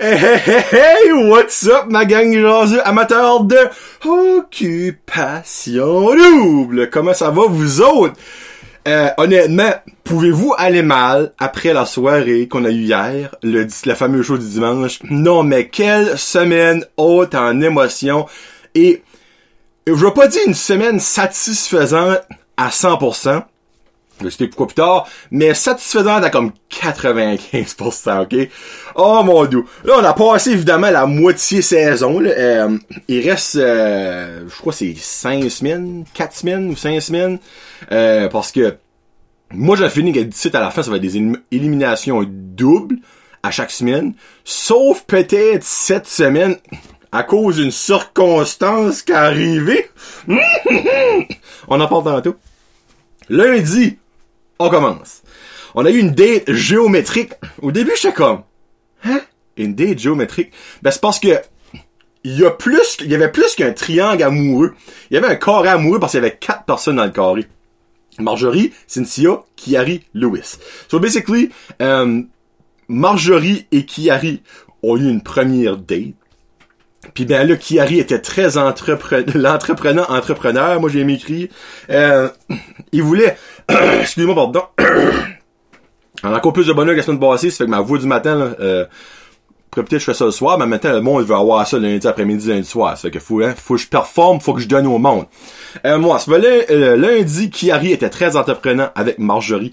Hey, what's up, ma gang jaseux amateurs de Occupation Double? Comment ça va, vous autres? Honnêtement, pouvez-vous aller mal après la soirée qu'on a eue hier, la fameuse show du dimanche? Non, mais quelle semaine haute en émotion. Et je vais pas dire une semaine satisfaisante à 100%. Je vais expliquer pourquoi plus tard, mais satisfaisante à comme 95%, ok? Oh mon dieu. Là, on a passé évidemment la moitié saison, là. Il reste, je crois c'est 5 semaines, 4 semaines ou 5 semaines, parce que moi j'ai fini que d'ici à la fin, ça va être des éliminations doubles à chaque semaine, sauf peut-être cette semaine, à cause d'une circonstance qui est arrivée. On en parle tantôt. Lundi, on commence. On a eu une date géométrique. Au début, j'étais comme, hein? Une date géométrique? Ben, c'est parce que il y avait plus qu'un triangle amoureux. Il y avait un carré amoureux parce qu'il y avait 4 personnes dans le carré. Marjorie, Cynthia, Kiari, Lewis. So, basically, Marjorie et Kiari ont eu une première date. Puis ben là, Kiari était très entrepreneur. Moi, j'ai m'écrit. Il voulait... Excusez-moi, pardon. On a encore plus de bonheur que la semaine passée. Ça fait que ma voix du matin, là, peut-être je fais ça le soir, mais maintenant, le monde veut avoir ça lundi après-midi, lundi soir. Ça fait que faut que je performe, faut que je donne au monde. Moi, ça fait lundi, Kiari était très entreprenant avec Marjorie.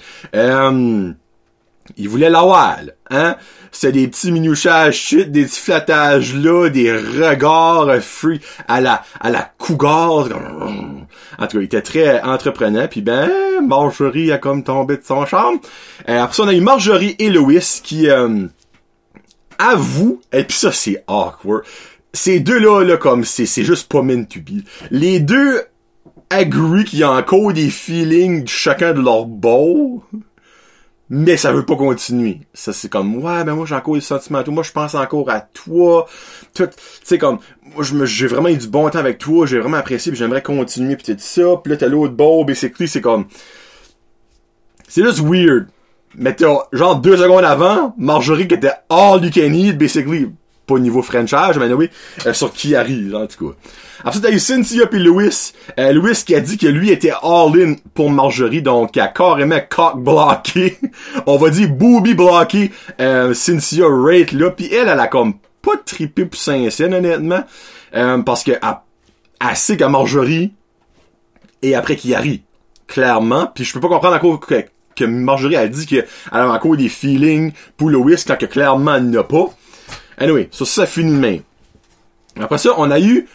Il voulait l'avoir, hein? C'était des petits minouchages shit, des petits flattages là, des regards free à la cougar. En tout cas, il était très entreprenant. Puis ben, Marjorie a comme tombé de son charme. Après ça, on a eu Marjorie et Lewis qui avouent, et puis ça c'est awkward. Ces deux-là, comme c'est juste pas meant to be. Les deux agree qu'il y a encore des feelings chacun de leur bord. Mais ça veut pas continuer. Ça, c'est comme, ouais, ben moi, j'ai encore des sentiments à toi. Moi, je pense encore à toi. Tout, tu sais, comme, moi, j'ai vraiment eu du bon temps avec toi. J'ai vraiment apprécié, puis j'aimerais continuer, puis tout ça. Puis là, t'as l'autre beau, basically, c'est comme... C'est juste weird. Mais t'as, genre, 2 secondes avant, Marjorie qui était all you can eat, basically, pas au niveau Frenchage, mais oui, sur Kiari, en tout cas. Après ça, t'as eu Cynthia puis Lewis. Lewis qui a dit que lui était all-in pour Marjorie, donc il a carrément cock-bloqué. On va dire booby-bloqué Cynthia right là. Puis elle a comme pas trippé pour Saint-Saëns, honnêtement. Parce que elle sait que Marjorie est après Kiari. Clairement. Puis je peux pas comprendre encore que Marjorie a dit qu'elle avait encore des feelings pour Lewis quand que clairement elle n'a pas. Anyway, ça finit de même. Après ça, on a eu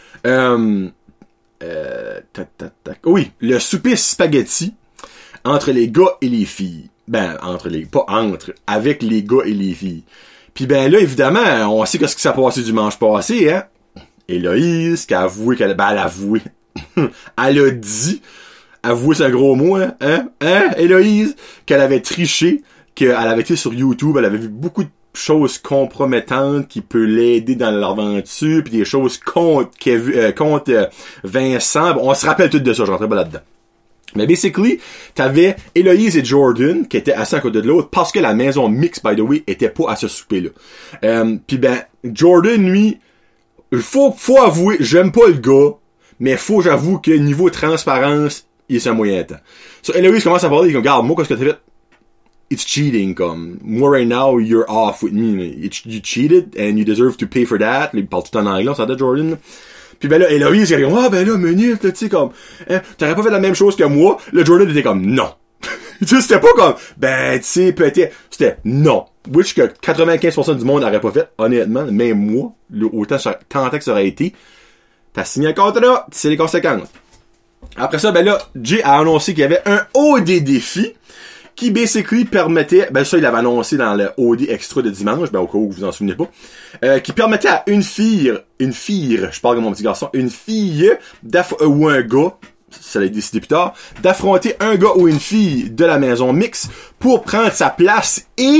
oui, le souper spaghetti entre les gars et les filles. Ben, avec les gars et les filles. Puis ben là, évidemment, on sait qu'est-ce qui s'est passé dimanche passé, hein. Héloïse, qui a avoué qu'elle... Ben, elle a avoué. Elle a dit... Avouer, c'est un gros mot, hein? Héloïse? Qu'elle avait triché, qu'elle avait été sur YouTube, elle avait vu beaucoup de choses compromettantes qui peut l'aider dans l'aventure, puis des choses contre Vincent. Bon, on se rappelle tout de ça, je rentrais pas là-dedans. Mais basically, t'avais Héloïse et Jordan qui étaient assis à côté de l'autre parce que la maison mixte, by the way, était pas à ce souper-là. Puis ben, Jordan, lui, faut avouer, j'aime pas le gars, mais j'avoue que niveau transparence, il est un moyen temps. So, Héloïse commence à parler, il dit, regarde, moi, qu'est-ce que t'as fait? It's cheating, comme, moi, right now, you're off with me. You cheated, and you deserve to pay for that. Il parle tout en anglais, on s'entend, Jordan. Puis ben là, Héloïse, elle dit, ben là, minute, tu sais, comme, t'aurais pas fait la même chose que moi. Là, Jordan était comme, non. Tu sais, c'était pas comme, ben, tu sais, peut-être, c'était non. Which que 95% du monde n'aurait pas fait, honnêtement, même moi, autant tant que ça aurait été. T'as signé un contrat, c'est les conséquences. Après ça, ben là, Jay a annoncé qu'il y avait un OD défi qui basically permettait, ben ça il l'avait annoncé dans le OD extra de dimanche, ben au cas où vous en souvenez pas, qui permettait à une fille, je parle de mon petit garçon, une fille ou un gars, ça l'a décidé plus tard, d'affronter un gars ou une fille de la maison mixte pour prendre sa place et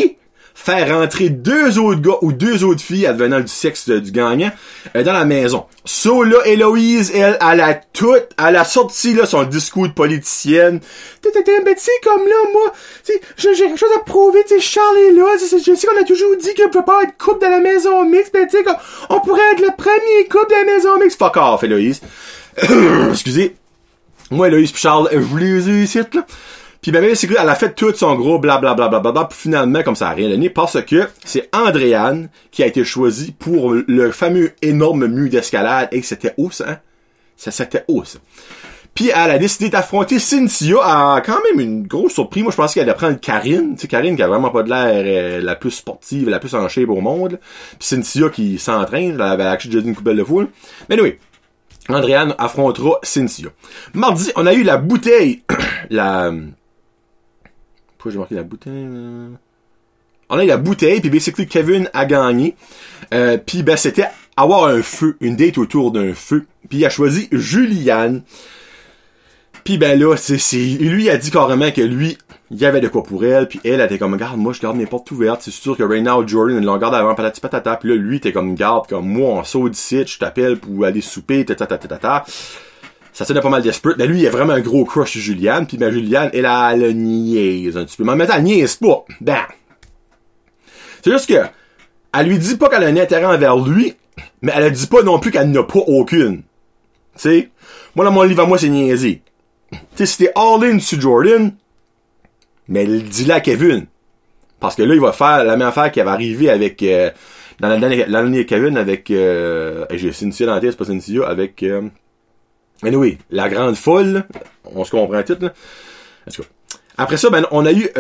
faire rentrer 2 autres gars ou 2 autres filles advenant du sexe du gagnant dans la maison. So là, Héloïse, elle a sorti là son discours de politicienne. Ben tu sais, comme là, moi, j'ai quelque chose à prouver, tu sais, Charles est là, je sais qu'on a toujours dit qu'il ne peut pas être couple dans la maison mixte, ben tu sais, on pourrait être le premier couple de la maison mixte. Fuck off, Héloïse. Excusez. Moi, Héloïse pis Charles, je les ai ici, là. Puis ben c'est que elle a fait tout son gros blablabla, puis finalement, comme ça a rien donné, parce que c'est Andréane qui a été choisie pour le fameux énorme mur d'escalade, et c'était haut, ça, hein? C'était haut, ça. Puis elle a décidé d'affronter Cynthia, à quand même une grosse surprise. Moi, je pensais qu'elle allait prendre Karine, tu sais, Karine qui a vraiment pas de l'air la plus sportive, la plus en shape au monde, puis Cynthia qui s'entraîne, elle avait déjà dit une couple de fois, mais oui. Andréane affrontera Cynthia. Mardi, on a eu la bouteille, pourquoi j'ai marqué la bouteille? On a eu la bouteille, puis basically Kevin a gagné. Puis ben c'était avoir un feu, une date autour d'un feu. Puis il a choisi Juliane. Puis ben là, lui il a dit carrément que lui, il y avait de quoi pour elle. Puis elle était comme, regarde, moi je garde mes portes ouvertes. C'est sûr que right now Jordan, il l'en garde avant patati patata. Puis là, lui, t'es comme, garde, comme moi, on saute d'ici, je t'appelle pour aller souper, ta. Ça sonnait pas mal desperate. Ben lui, il a vraiment un gros crush sur Juliane. Puis ben Juliane, elle niaise un petit peu. Mais en même temps, elle niaise pas. Ben. C'est juste que, elle lui dit pas qu'elle a un intérêt envers lui, mais elle dit pas non plus qu'elle n'a pas aucune. Tu sais? Moi, dans mon livre à moi, c'est niaiser. Tu sais, c'était all-in sur Jordan, mais elle dit là à Kevin. Parce que là, il va faire la même affaire qui avait arrivé avec, dans l'année de Kevin avec, j'ai Cynthia dans la tête, c'est pas Cynthia, avec, anyway, la grande folle, on se comprend tout, là. En tout cas. Après ça, ben, on a eu,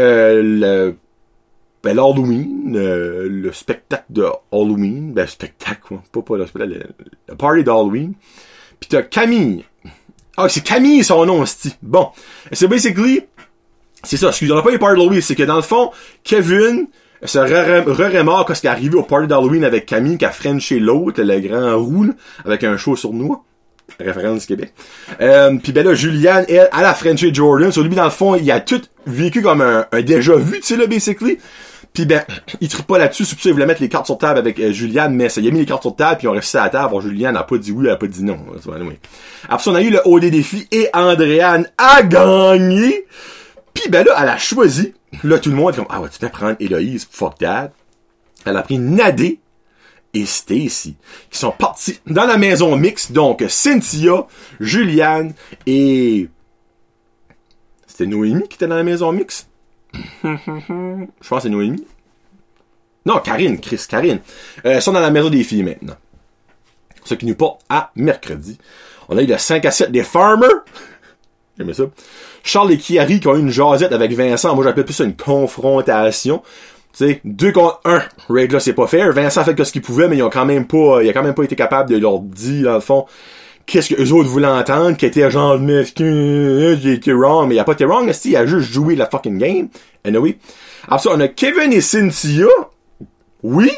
l'Halloween, le spectacle de Halloween, ben, spectacle, quoi, pas le spectacle, le party d'Halloween. Pis t'as Camille. Ah, c'est Camille son nom, c'ti. Bon. C'est basically, c'est ça, excusez, on n'a pas eu party d'Halloween, c'est que dans le fond, Kevin se remémore quand ce qui est arrivé au party d'Halloween avec Camille, qui a frenché l'autre, le grand roux, là, avec un show sur noix. Référence du Québec. Puis ben là, Juliane, elle a frenché Jordan. Sur lui, dans le fond, il a tout vécu comme un déjà vu, tu sais, là, basically. Puis ben, il tripe pas là-dessus, c'est pour ça qu'il voulait mettre les cartes sur table avec Juliane, mais ça, il a mis les cartes sur table, puis ils ont resté à la table. Bon, Juliane n'a pas dit oui, elle a pas dit non. Après ça, on a eu le OD défi et Andréane a gagné. Puis ben là, elle a choisi. Là, tout le monde est comme, ah ouais, tu peux prendre Héloïse, fuck that. Elle a pris Nadé et Stacy, qui sont partis dans la maison mixte, donc Cynthia, Juliane et... C'était Noémie qui était dans la maison mixte? Je pense que c'est Noémie. Non, Karine. Sont dans la maison des filles maintenant. Ce qui nous porte à mercredi. On a eu le 5 à 7 des Farmers. J'aimais ça. Charles et Kiari qui ont eu une jasette avec Vincent. Moi, j'appelle plus ça une confrontation. Tu sais, 2 contre 1. Règle là, c'est pas fair. Vincent a fait ce qu'il pouvait, mais il a quand même pas été capable de leur dire, dans le fond, qu'est-ce que eux autres voulaient entendre, qui était genre, mais j'ai été wrong, mais il a pas été wrong, il a juste joué la fucking game. Anyway. Après ça, on a Kevin et Cynthia. Oui.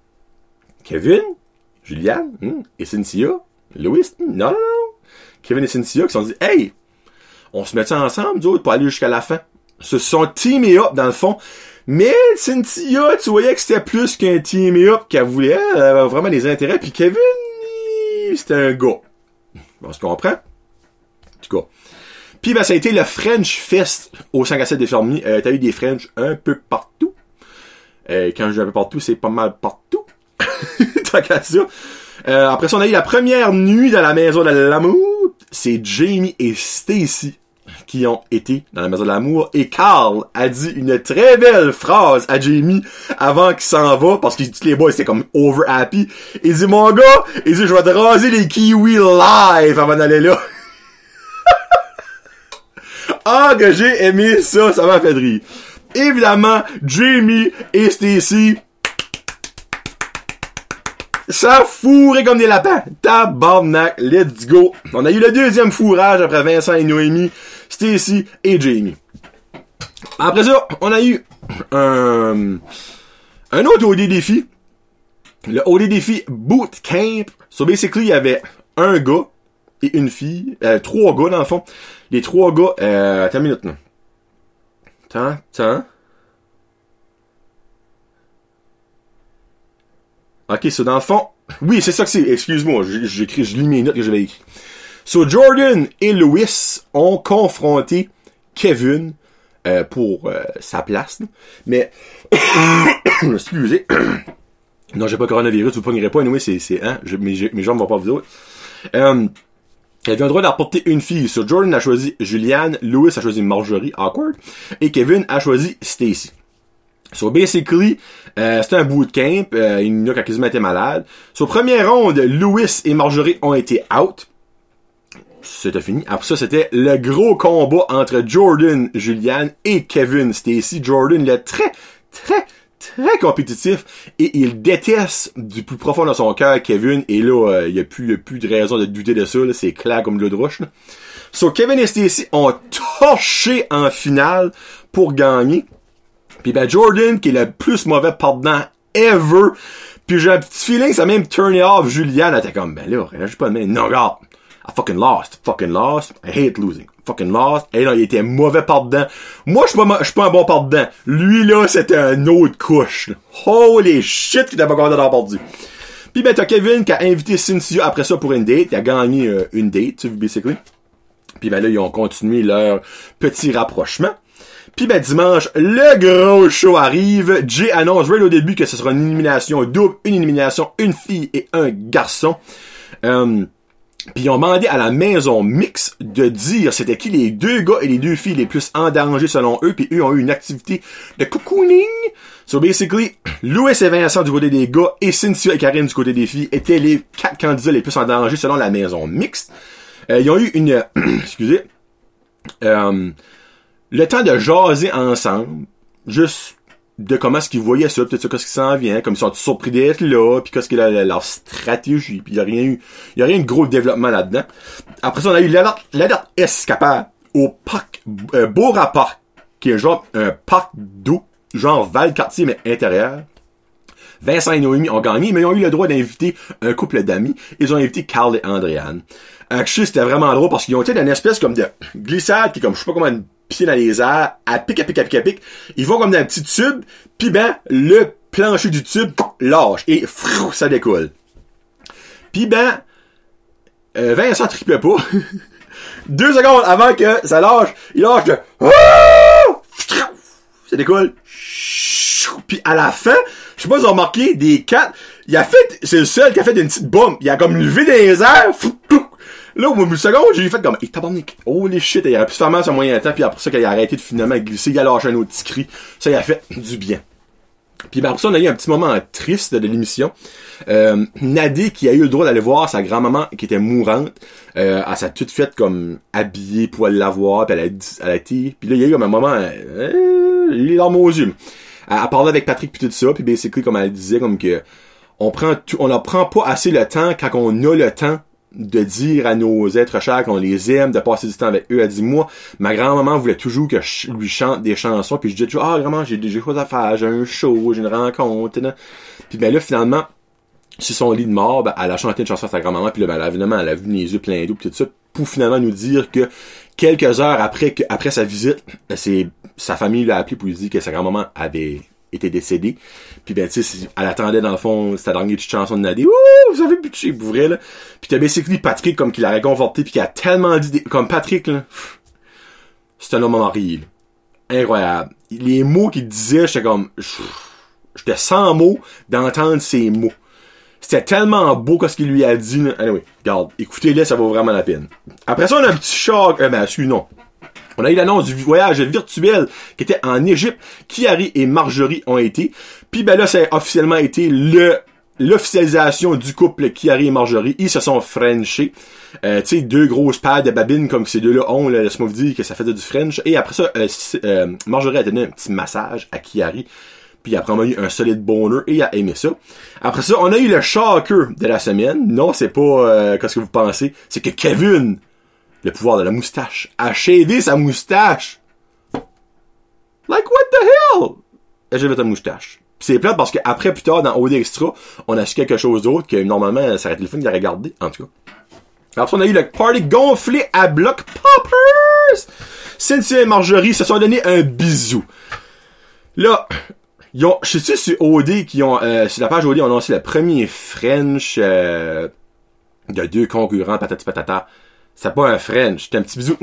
Kevin, Juliane, et Cynthia. Louis, non. Kevin et Cynthia qui se sont dit, hey, on se met ça ensemble, d'autres, pour aller jusqu'à la fin. Se sont teamés up, dans le fond. Mais Cynthia, tu voyais que c'était plus qu'un teamé up qu'elle voulait. Elle avait vraiment des intérêts. Puis Kevin, c'était un gars. On se comprend? En tout cas. Puis ben, ça a été le French Fest au 5 à 7 des Fermiers. T'as eu des French un peu partout. Quand je dis un peu partout, c'est pas mal partout. Tant qu'à ça. Après ça, on a eu la première nuit dans la maison de l'amour. C'est Jamie et Stacy qui ont été dans la maison de l'amour. Et Carl a dit une très belle phrase à Jamie avant qu'il s'en va, parce que tous les boys étaient comme over happy. Il dit, mon gars, il dit, je vais te raser les kiwis live avant d'aller là. Ah, que j'ai aimé ça, ça m'a fait rire. Évidemment, Jamie et Stacy, ça fourrait comme des lapins. Tabarnak, let's go. On a eu le deuxième fourrage après Vincent et Noémie, Stacy et Jamie. Après ça, on a eu un autre OD défi. Le OD défi Bootcamp. So basically, il y avait un gars et une fille. 3 gars dans le fond. Les 3 gars, attends une minute là. Attends. Ok, so dans le fond, oui, c'est ça que c'est. Excuse-moi, je lis mes notes que j'avais écrites. So Jordan et Lewis ont confronté Kevin pour sa place. Là. Mais, excusez. Non, j'ai pas coronavirus, vous pognerez pas. Anyway, mes jambes vont pas vous autres. Elle avait le droit d'apporter une fille. So Jordan a choisi Julianne, Lewis a choisi Marjorie, awkward, et Kevin a choisi Stacy. So basically, c'était un bootcamp, il y en a qui a quasiment été malade. So première ronde, Lewis et Marjorie ont été out. C'était fini. Après ça, c'était le gros combat entre Jordan, Julianne et Kevin, Stacy. Jordan, il est très compétitif et il déteste du plus profond de son cœur Kevin. Et là, il y a plus de raison de douter de ça. Là. C'est clair comme de l'eau de roche. Là. So Kevin et Stacy ont torché en finale pour gagner. Puis ben Jordan, qui est le plus mauvais perdant ever. Puis j'ai un petit feeling, ça a même turné off Julianne. Elle était comme, ben là, réagis pas de même. Non, regarde. I fucking lost. I hate losing. Fucking lost. Et là, il était mauvais perdant. Moi, je suis pas un bon perdant. Lui, là, c'était un autre couche. Là. Holy shit, qu'il était pas content d'avoir perdu. Puis ben, t'as Kevin qui a invité Cynthia après ça pour une date. Il a gagné une date, tu sais, basically. Puis ben là, ils ont continué leur petit rapprochement. Puis ben dimanche, le gros show arrive. Jay annonce right au début que ce sera une élimination double, une élimination, une fille et un garçon. Puis ils ont demandé à la maison mix de dire c'était qui les deux gars et les deux filles les plus en danger selon eux. Puis eux ont eu une activité de cocooning. So basically, Louis et Vincent du côté des gars et Cynthia et Karine du côté des filles étaient les 4 candidats les plus en danger selon la maison mixte. Ils ont eu une... excusez. Le temps de jaser ensemble. Juste de comment est-ce qu'ils voyaient ça, peut-être ça, qu'est-ce qui s'en vient, comme ils sont surpris d'être là, puis qu'est-ce qu'il a leur stratégie, puis il y a rien de gros développement là-dedans. Après ça, on a eu l'alerte escapade au parc, Beaura Park, qui est genre un parc d'eau, genre Valcartier, mais intérieur. Vincent et Noémie ont gagné, mais ils ont eu le droit d'inviter un couple d'amis. Ils ont invité Carl et Andréane. Actually, c'était vraiment drôle parce qu'ils ont été dans une espèce comme de glissade qui est comme, je sais pas comment, une pied dans les airs, à pic. Ils vont comme dans un petit tube, pis ben, le plancher du tube lâche et ça décolle. Pis ben, Vincent tripait pas. 2 secondes avant que ça lâche, il lâche de ça décolle. Puis à la fin, je sais pas si vous avez remarqué, des 4, c'est le seul qui a fait une petite bombe. Il a comme levé dans les airs. Là, au bout d'une seconde, j'ai fait comme, tabarnak, holy shit, il aurait pu se faire mal sur un moyen temps, puis après ça, qu'il a arrêté de finalement glisser, il a lâché un autre petit cri. Ça, il a fait du bien. Puis ben, après ça, on a eu un petit moment triste de l'émission. Nadé, qui a eu le droit d'aller voir sa grand-maman, qui était mourante, elle s'est toute faite comme habillée pour aller la voir, puis elle a été... Puis là, il y a eu comme un moment, les larmes aux yeux. Elle parlait avec Patrick puis tout ça, puis basically, comme elle disait, comme que on leur prend pas assez le temps quand on a le temps de dire à nos êtres chers qu'on les aime, de passer du temps avec eux. Elle dit, moi, ma grand-maman voulait toujours que je lui chante des chansons, puis je dis toujours, vraiment, j'ai des choses à faire, j'ai un show, j'ai une rencontre, puis ben là, finalement, sur son lit de mort, ben, elle a chanté une chanson à sa grand-maman, puis là, ben, évidemment, elle a vu les yeux pleins d'eau, pis tout ça, pour finalement nous dire que quelques heures après sa visite, sa famille l'a appelé pour lui dire que sa grand-maman avait été décédée. Puis ben tu sais, elle attendait dans le fond sa dernière petite chanson de Nadé. Ouh, vous avez butché pour vrai là. Puis t'as basically Patrick comme qui l'a réconforté puis qui a tellement dit comme Patrick là. C'est un homme marié. Incroyable. Les mots qu'il disait, j'étais comme j'étais sans mots d'entendre ces mots. C'était tellement beau ce qu'il lui a dit. Là. Anyway, regarde, écoutez-le, ça vaut vraiment la peine. Après ça, on a un petit choc. Non. On a eu l'annonce du voyage virtuel qui était en Égypte. Kiari et Marjorie ont été. Puis ben là, ça a officiellement été l'officialisation du couple Kiari et Marjorie. Ils se sont frenchés. Tu sais, 2 grosses paires de babines comme ces deux-là ont. Laisse-moi vous dire que ça faisait du French. Et après ça, Marjorie a donné un petit massage à Kiari. Puis après, on a eu un solide bonheur et il a aimé ça. Après ça, on a eu le shocker de la semaine. Non, c'est pas qu'est-ce que vous pensez. C'est que Kevin, le pouvoir de la moustache, a shavé sa moustache. Like, what the hell? J'ai fait ta moustache. Pis c'est plate parce qu'après, plus tard, dans OD Extra, on a su quelque chose d'autre que normalement, ça aurait été le fun de regarder. En tout cas. Après, on a eu le party gonflé à bloc poppers. Cynthia et Marjorie se sont donné un bisou. Là, Ils ont, je sais sur OD qui ont, sur la page OD, on a annoncé le premier French, de 2 concurrents, patati patata. C'est pas un French, c'était un petit bisou.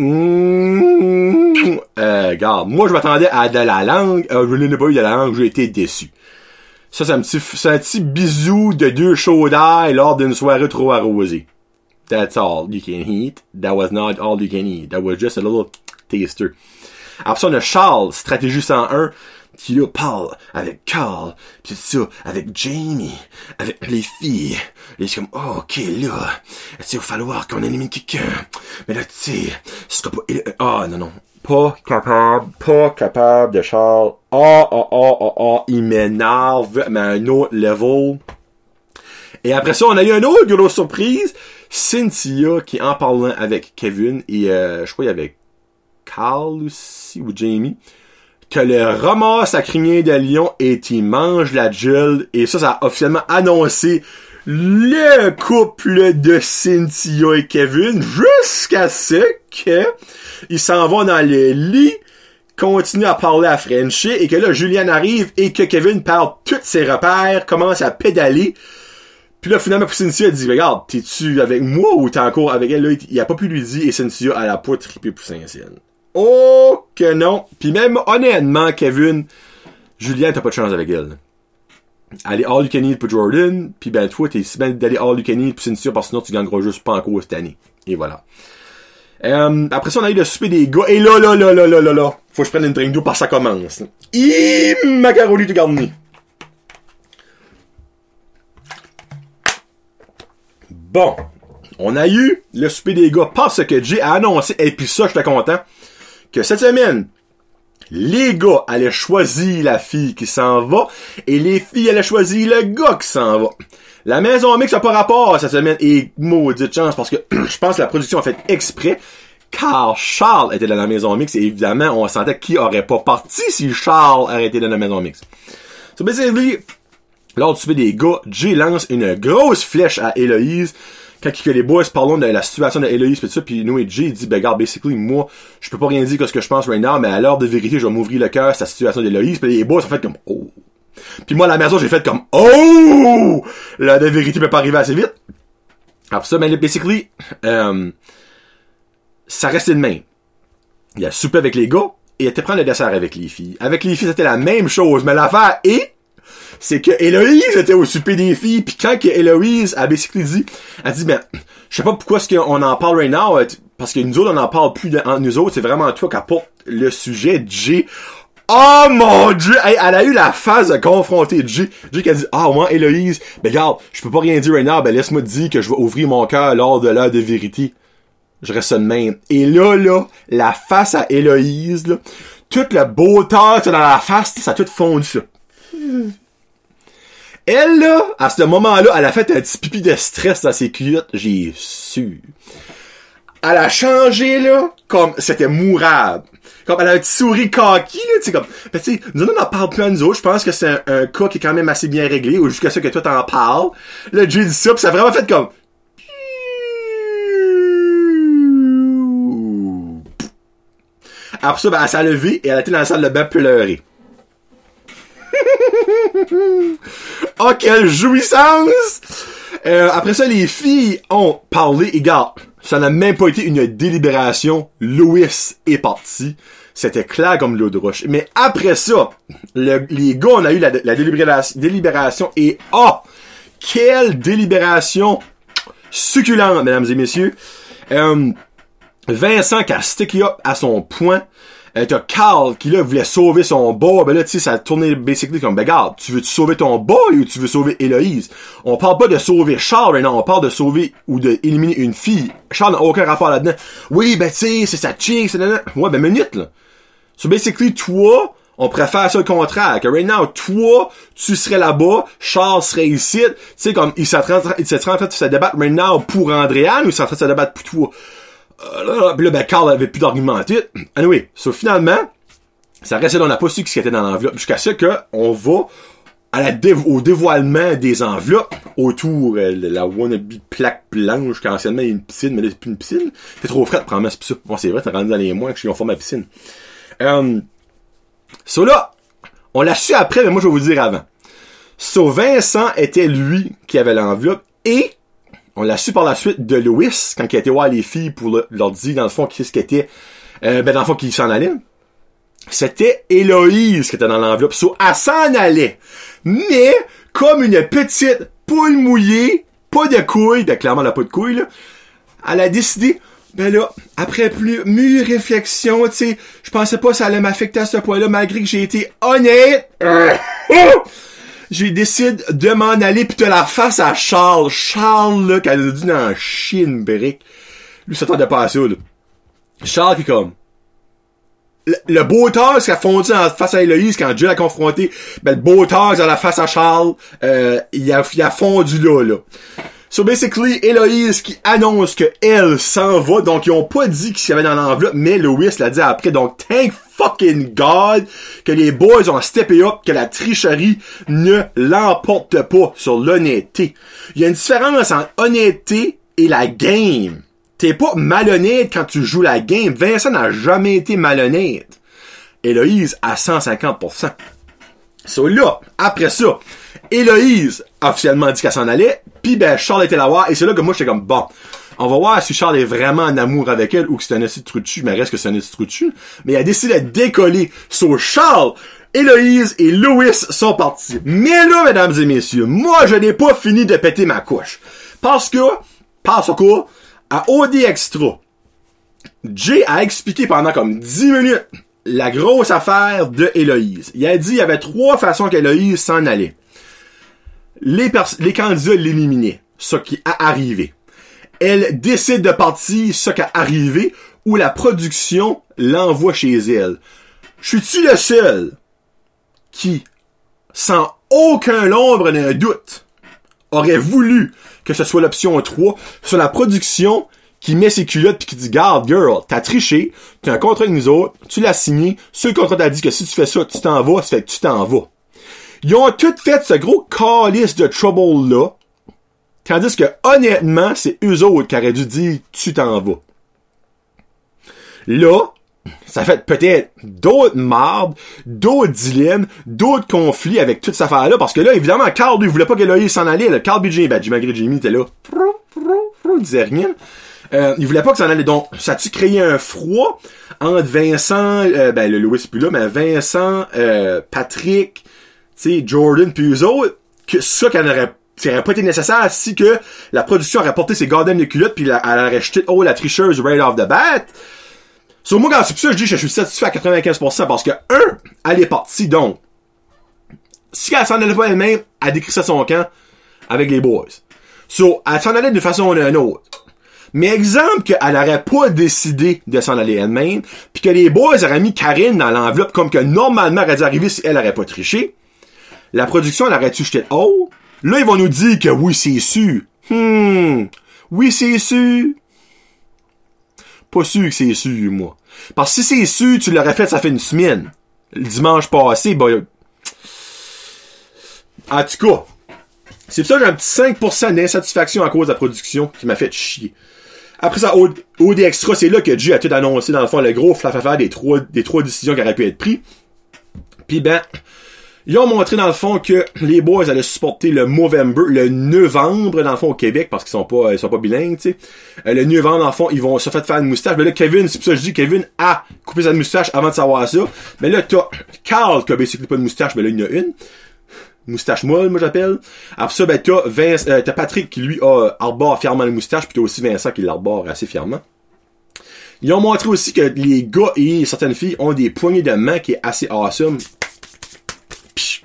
Regarde, moi je m'attendais à de la langue, je n'ai pas eu de la langue, j'ai été déçu. Ça, c'est un petit bisou de 2 chauds d'ail lors d'une soirée trop arrosée. That's all you can eat. That was not all you can eat. That was just a little taster. Après ça, on a Charles, stratégie 101, qui là parle avec Carl, pis ça, avec Jamie, avec les filles. Et c'est comme, oh, ok, là, tu sais, il va falloir qu'on élimine quelqu'un. Mais là, tu sais, ce sera pas, non. Pas capable de Charles. Il m'énerve, mais à un autre level. Et après ça, on a eu une autre grosse surprise. Cynthia, qui en parlant avec Kevin, et je crois qu'il y avait Carl aussi, ou Jamie, que le ramasse à crinier de lion et il mange la Jill. Et ça a officiellement annoncé le couple de Cynthia et Kevin jusqu'à ce que ils s'en vont dans le lit, continuent à parler à Frenchie et que là, Julianne arrive et que Kevin perd tous ses repères, commence à pédaler. Puis là, finalement, Cynthia dit, regarde, t'es-tu avec moi ou t'es encore avec elle? Là, il a pas pu lui dire et Cynthia, elle a pas trippé pour Saint-Ciel. Oh que non! Puis même, honnêtement, Kevin, Julianne, t'as pas de chance avec elle. Elle est all you can eat pour Jordan, puis ben toi, t'es si bien d'aller all you can eat pour Cynthia, parce que sinon tu gagneras juste pas encore cette année. Et voilà. Après ça, on a eu le souper des gars, et là, faut que je prenne une drink d'eau parce que ça commence. Macaroni tout garni. Bon. On a eu le souper des gars parce que Jay a annoncé, et puis ça, j'étais content, que cette semaine, les gars allaient choisir la fille qui s'en va, et les filles allaient choisir le gars qui s'en va. La maison mix a pas rapport cette semaine, et maudite chance, parce que je pense que la production a fait exprès, car Charles était dans la maison mix, et évidemment, on sentait qu'il aurait pas parti si Charles aurait été dans la maison mix. So basically, lors du souper des gars, Jay lance une grosse flèche à Héloïse, quand que les boys parlent de la situation de Héloïse pis tout ça, pis nous et Jay dit, ben regarde, basically, moi, je peux pas rien dire que ce que je pense right now, mais à l'heure de vérité, je vais m'ouvrir le cœur, c'est la situation d'Héloïse, pis les boys ont fait comme, oh. Pis moi, à la maison, j'ai fait comme, oh! L'heure de vérité peut pas arriver assez vite. Après ça, ben, basically, ça restait de même. Il a soupé avec les gars, et il était prendre le dessert avec les filles. Avec les filles, c'était la même chose, mais l'affaire est, c'est que Héloïse était au souper des filles, pis quand que Héloïse a basically dit, elle dit, ben, je sais pas pourquoi est-ce qu'on en parle right now, parce que nous autres, on en parle plus entre nous autres, c'est vraiment toi qui apporte le sujet, Jay. Oh mon Dieu! Hey, elle a eu la phase de confronter Jay. Jay qui a dit, moi, Héloïse, ben regarde, je peux pas rien dire right now, ben laisse-moi te dire que je vais ouvrir mon cœur lors de l'heure de vérité. Je reste de même. Et là, la face à Héloïse, là, toute le beau temps dans la face, ça a tout fondu, ça. Elle, là, à ce moment-là, elle a fait un petit pipi de stress dans ses culottes. J'ai su. Elle a changé, là, comme c'était mourable. Comme elle a un petit sourire kaki, là, tu sais, comme, ben, tu sais, nous, on en parle plus à nous autres. Je pense que c'est un cas qui est quand même assez bien réglé, ou jusqu'à ce que toi t'en parles. Là, Jay dit ça, pis ça a vraiment fait comme, après ça, ben, elle s'est levée et elle a été dans la salle de bain pleurer. Oh, quelle jouissance! Après ça, les filles ont parlé, et regarde, ça n'a même pas été une délibération. Louis est parti. C'était clair comme l'eau de roche. Mais après ça, les gars, on a eu la délibération et quelle délibération succulente, mesdames et messieurs. Vincent qui a stické up à son point. T'as Carl qui là voulait sauver son boy, ben là tu sais ça a tourné basically comme ben regarde, tu veux sauver ton boy ou tu veux sauver Héloïse? On parle pas de sauver Charles, non, on parle de sauver ou de éliminer une fille. Charles n'a aucun rapport là-dedans. Oui, ben tu sais, c'est sa chick, c'est nanana. Ouais, ben minute là. So basically toi, on préfère ça le contraire, que right now, toi, tu serais là-bas, Charles serait ici, tu sais comme il serait en train de se débattre right now pour Andréane ou il serait en train de se débattre pour toi? Pis là, ben, Carl avait plus d'argumenté. Anyway, so, finalement, ça restait on n'a pas su ce qui était dans l'enveloppe. Jusqu'à ce que, on va au dévoilement des enveloppes autour de la wannabe plaque blanche, qu'anciennement, il y a une piscine, mais là, c'est plus une piscine. C'est trop frais, prends-moi, c'est plus ça. Bon, c'est vrai, t'as rendu dans les mois que je suis en forme à piscine. So là, On l'a su après, mais moi, je vais vous dire avant. So, Vincent était lui qui avait l'enveloppe et on l'a su par la suite de Louis quand il a été voir les filles pour leur dire, dans le fond, qu'est-ce qu'il était, dans le fond, qu'il s'en allait. C'était Héloïse qui était dans l'enveloppe. So, elle s'en allait. Mais, comme une petite poule mouillée, pas de couilles, ben clairement, elle a pas de couilles, là, elle a décidé, ben là, après mûre réflexion, tu sais, je pensais pas que ça allait m'affecter à ce point-là, malgré que j'ai été honnête. J'ai décidé de m'en aller pis de la face à Charles. Charles, là, qu'elle a dû en chier une brique. Lui, s'attendait pas à ça, là. Charles qui est comme... Le beau tasse qui a fondu en face à Héloïse quand Dieu l'a confronté, ben le beau tasse dans la face à Charles, il a fondu là. So basically, Héloïse qui annonce que elle s'en va, donc ils ont pas dit qu'il y avait dans l'enveloppe, mais Louis l'a dit après, donc thank fucking God que les boys ont steppé up, que la tricherie ne l'emporte pas sur l'honnêteté. Il y a une différence entre honnêteté et la game. T'es pas malhonnête quand tu joues la game. Vincent n'a jamais été malhonnête. Héloïse à 150%. So là, après ça, Héloïse a officiellement dit qu'elle s'en allait, pis ben Charles était là voir, et c'est là que moi j'étais comme bon, on va voir si Charles est vraiment en amour avec elle ou que c'est un esti de trou de cul, mais reste que c'est un esti de trou de cul. Mais il a décidé de décoller. So Charles, Héloïse et Louis sont partis. Mais là, mesdames et messieurs, moi je n'ai pas fini de péter ma couche. Parce que, à OD Extra, Jay a expliqué pendant comme 10 minutes la grosse affaire de Héloïse. Il a dit qu'il y avait 3 façons qu'Héloïse s'en allait. Les candidats l'éliminaient, ce qui a arrivé. Elle décide de partir, ce qui a arrivé, ou la production l'envoie chez elle. Je suis-tu le seul qui, sans aucun l'ombre d'un doute, aurait voulu que ce soit l'option 3, sur la production qui met ses culottes pis qui dit, garde, girl, t'as triché, t'as un contrat avec nous autres, tu l'as signé, ce contrat t'a dit que si tu fais ça, tu t'en vas, ça fait que tu t'en vas. Ils ont tout fait ce gros calice de trouble-là, tandis que, honnêtement, c'est eux autres qui auraient dû dire, tu t'en vas. Là, ça fait peut-être d'autres mardes, d'autres dilemmes, d'autres conflits avec toute cette affaire-là, parce que là, évidemment, Carl, lui, voulait pas qu'Héloïse s'en allait, là. Carl BJ, ben, malgré Jimmy était là. Il disait rien. Il voulait pas que ça en allait. Donc, ça a-tu créé un froid entre Vincent, ben, le Louis c'est plus là, mais Vincent, Patrick, tu sais, Jordan puis eux autres, que ça ça aurait pas été nécessaire si que la production aurait porté ses goddamn de culottes puis elle aurait jeté, la tricheuse right off the bat. Sur moi, quand c'est ça, je dis que je suis satisfait à 95% parce que, elle est partie, donc. Si elle s'en allait pas elle-même, elle décrit ça son camp avec les boys. So, elle s'en allait d'une façon ou d'une autre. Mais exemple qu'elle aurait pas décidé de s'en aller elle-même, puis que les boys auraient mis Karine dans l'enveloppe comme que normalement elle aurait dû arriver si elle aurait pas triché, la production elle aurait-tu jeté haut? Là, ils vont nous dire que oui, c'est sûr. Oui, c'est sûr. Pas sûr que c'est sûr, moi. Parce que si c'est sûr, tu l'aurais fait, ça fait une semaine. Le dimanche passé, ben... En tout cas, c'est pour ça que j'ai un petit 5% d'insatisfaction à cause de la production qui m'a fait chier. Après ça, OD Extra, c'est là que Jay a tout annoncé, dans le fond, le gros flafafafère des trois décisions qui auraient pu être prises. Puis ben, ils ont montré dans le fond que les boys allaient supporter le novembre, dans le fond, au Québec, parce qu'ils sont pas bilingues, tu sais. Le novembre, dans le fond, ils vont se faire une moustache. Mais là, Kevin, c'est pour ça que je dis, Kevin a coupé sa moustache avant de savoir ça. Mais là, t'as Carl qui a basically pas de moustache, mais là, il y en a une. Moustache molle, moi j'appelle. Après ça, ben t'as Patrick qui lui arbore fièrement la moustache, puis t'as aussi Vincent qui l'arbore assez fièrement. Ils ont montré aussi que les gars et certaines filles ont des poignées de main qui est assez awesome. Psh.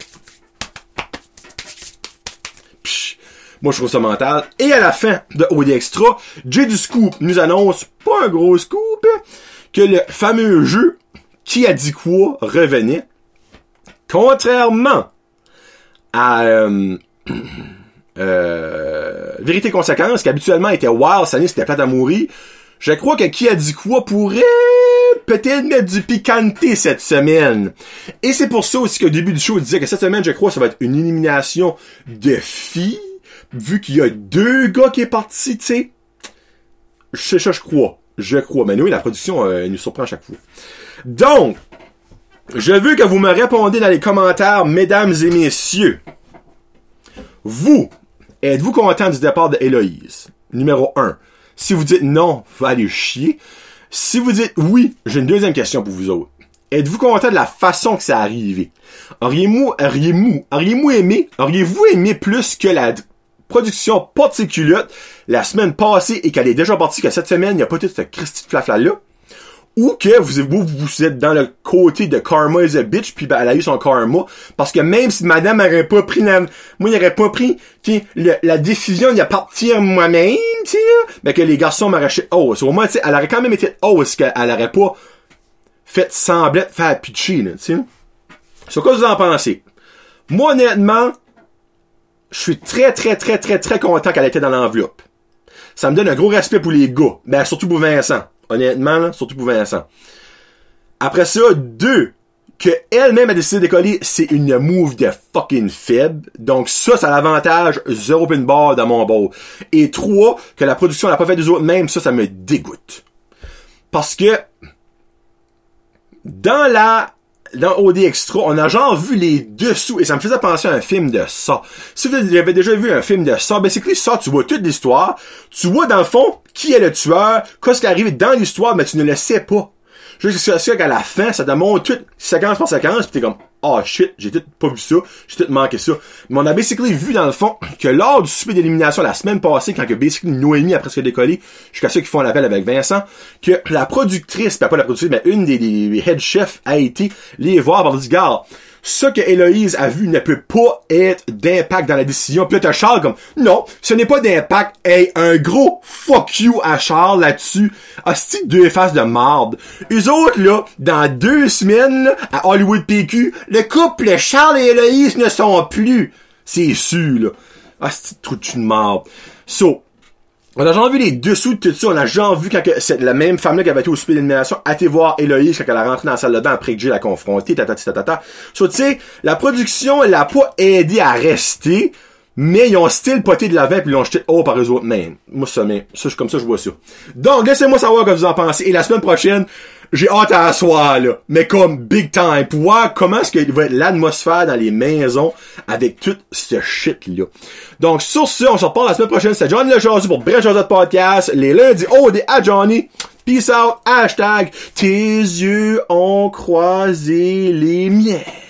Psh. Moi je trouve ça mental. Et à la fin de OD Extra, Jay du Scoop nous annonce, pas un gros scoop, que le fameux jeu Qui a dit quoi revenait. Contrairement à Vérité Conséquence, qui habituellement était wow, cette année c'était plate à mourir. Je crois que Qui a dit quoi pourrait peut-être mettre du piquanté cette semaine. Et c'est pour ça aussi qu'au début du show, il disait que cette semaine, je crois, ça va être une élimination de filles, vu qu'il y a 2 gars qui est parti, tu sais. C'est ça, je crois. Mais oui, la production nous surprend à chaque fois. Donc, Je veux que vous me répondiez dans les commentaires, mesdames et messieurs. Vous, êtes-vous content du départ de Héloïse? Numéro 1. Si vous dites non, vous allez chier. Si vous dites oui, j'ai une deuxième question pour vous autres. Êtes-vous content de la façon que ça est arrivé? Auriez-vous aimé plus que la production particulière la semaine passée et qu'elle est déjà partie, que cette semaine, il n'y a pas tout ce Christy de flafla-là? Ou que vous êtes dans le côté de karma is a bitch, puis ben, elle a eu son karma, parce que même si madame n'aurait pas pris la décision de partir moi-même, tu sais, ben que les garçons m'auraient au moins, tu sais, elle aurait quand même été ce qu'elle aurait pas fait semblant de faire pitcher, là, tu sais. Sur quoi vous en pensez? Moi, honnêtement, je suis très content qu'elle était dans l'enveloppe. Ça me donne un gros respect pour les gars. Ben, surtout pour Vincent. Honnêtement, là, surtout pour Vincent. Après ça, 2, que elle-même a décidé de décoller, c'est une move de fucking faible. Donc ça a l'avantage 0 pin bar dans mon bord. Et 3, que la production n'a pas fait des autres même, ça me dégoûte. Parce que dans OD Extra, on a genre vu les dessous, et ça me faisait penser à un film de ça. Si vous avez déjà vu un film de ça, basically ça, tu vois toute l'histoire, tu vois dans le fond qui est le tueur, qu'est-ce qui est arrivé dans l'histoire, mais tu ne le sais pas. Juste qu'à la fin, ça te montre tout, séquence par séquence, pis t'es comme, oh shit, j'ai tout pas vu ça, j'ai tout manqué ça. Mais on a basically vu dans le fond que lors du souper d'élimination la semaine passée, quand que basically Noémie a presque décollé, jusqu'à ceux qui font l'appel avec Vincent, que la productrice, pas la productrice, mais une des head chefs a été les voir par le gars. Ce que Héloïse a vu ne peut pas être d'impact dans la décision. Puis là, t'as Charles comme, non, ce n'est pas d'impact. Hey, un gros fuck you à Charles là-dessus. Hostie, 2 faces de marde. Eux autres, là, dans 2 semaines, là, à Hollywood PQ, le couple Charles et Héloïse ne sont plus. C'est sûr, là. Hostie, trou de marde. So, on a genre vu les dessous de tout ça. On a genre vu quand c'est la même femme-là qui avait été au souper d'élimination a été voir Héloïse quand elle a rentré dans la salle de bain après que Jill l'a confronté, tatata. So, tu sais, la production, elle l'a pas aidé à rester, mais ils ont style poté de l'avant puis ils l'ont jeté haut par eux autres mêmes. Moi, ça, comme ça, je vois ça. Donc, laissez-moi savoir ce que vous en pensez. Et la semaine prochaine, j'ai hâte à asseoir, là. Mais comme big time. Pour voir comment est-ce qu'il va être l'atmosphère dans les maisons avec tout ce shit-là. Donc, sur ce, on se reparle la semaine prochaine. C'est Johnny Le Jazu pour Bref Josette Podcast. Les lundis, OD à Johnny. Peace out. #, tes yeux ont croisé les miens.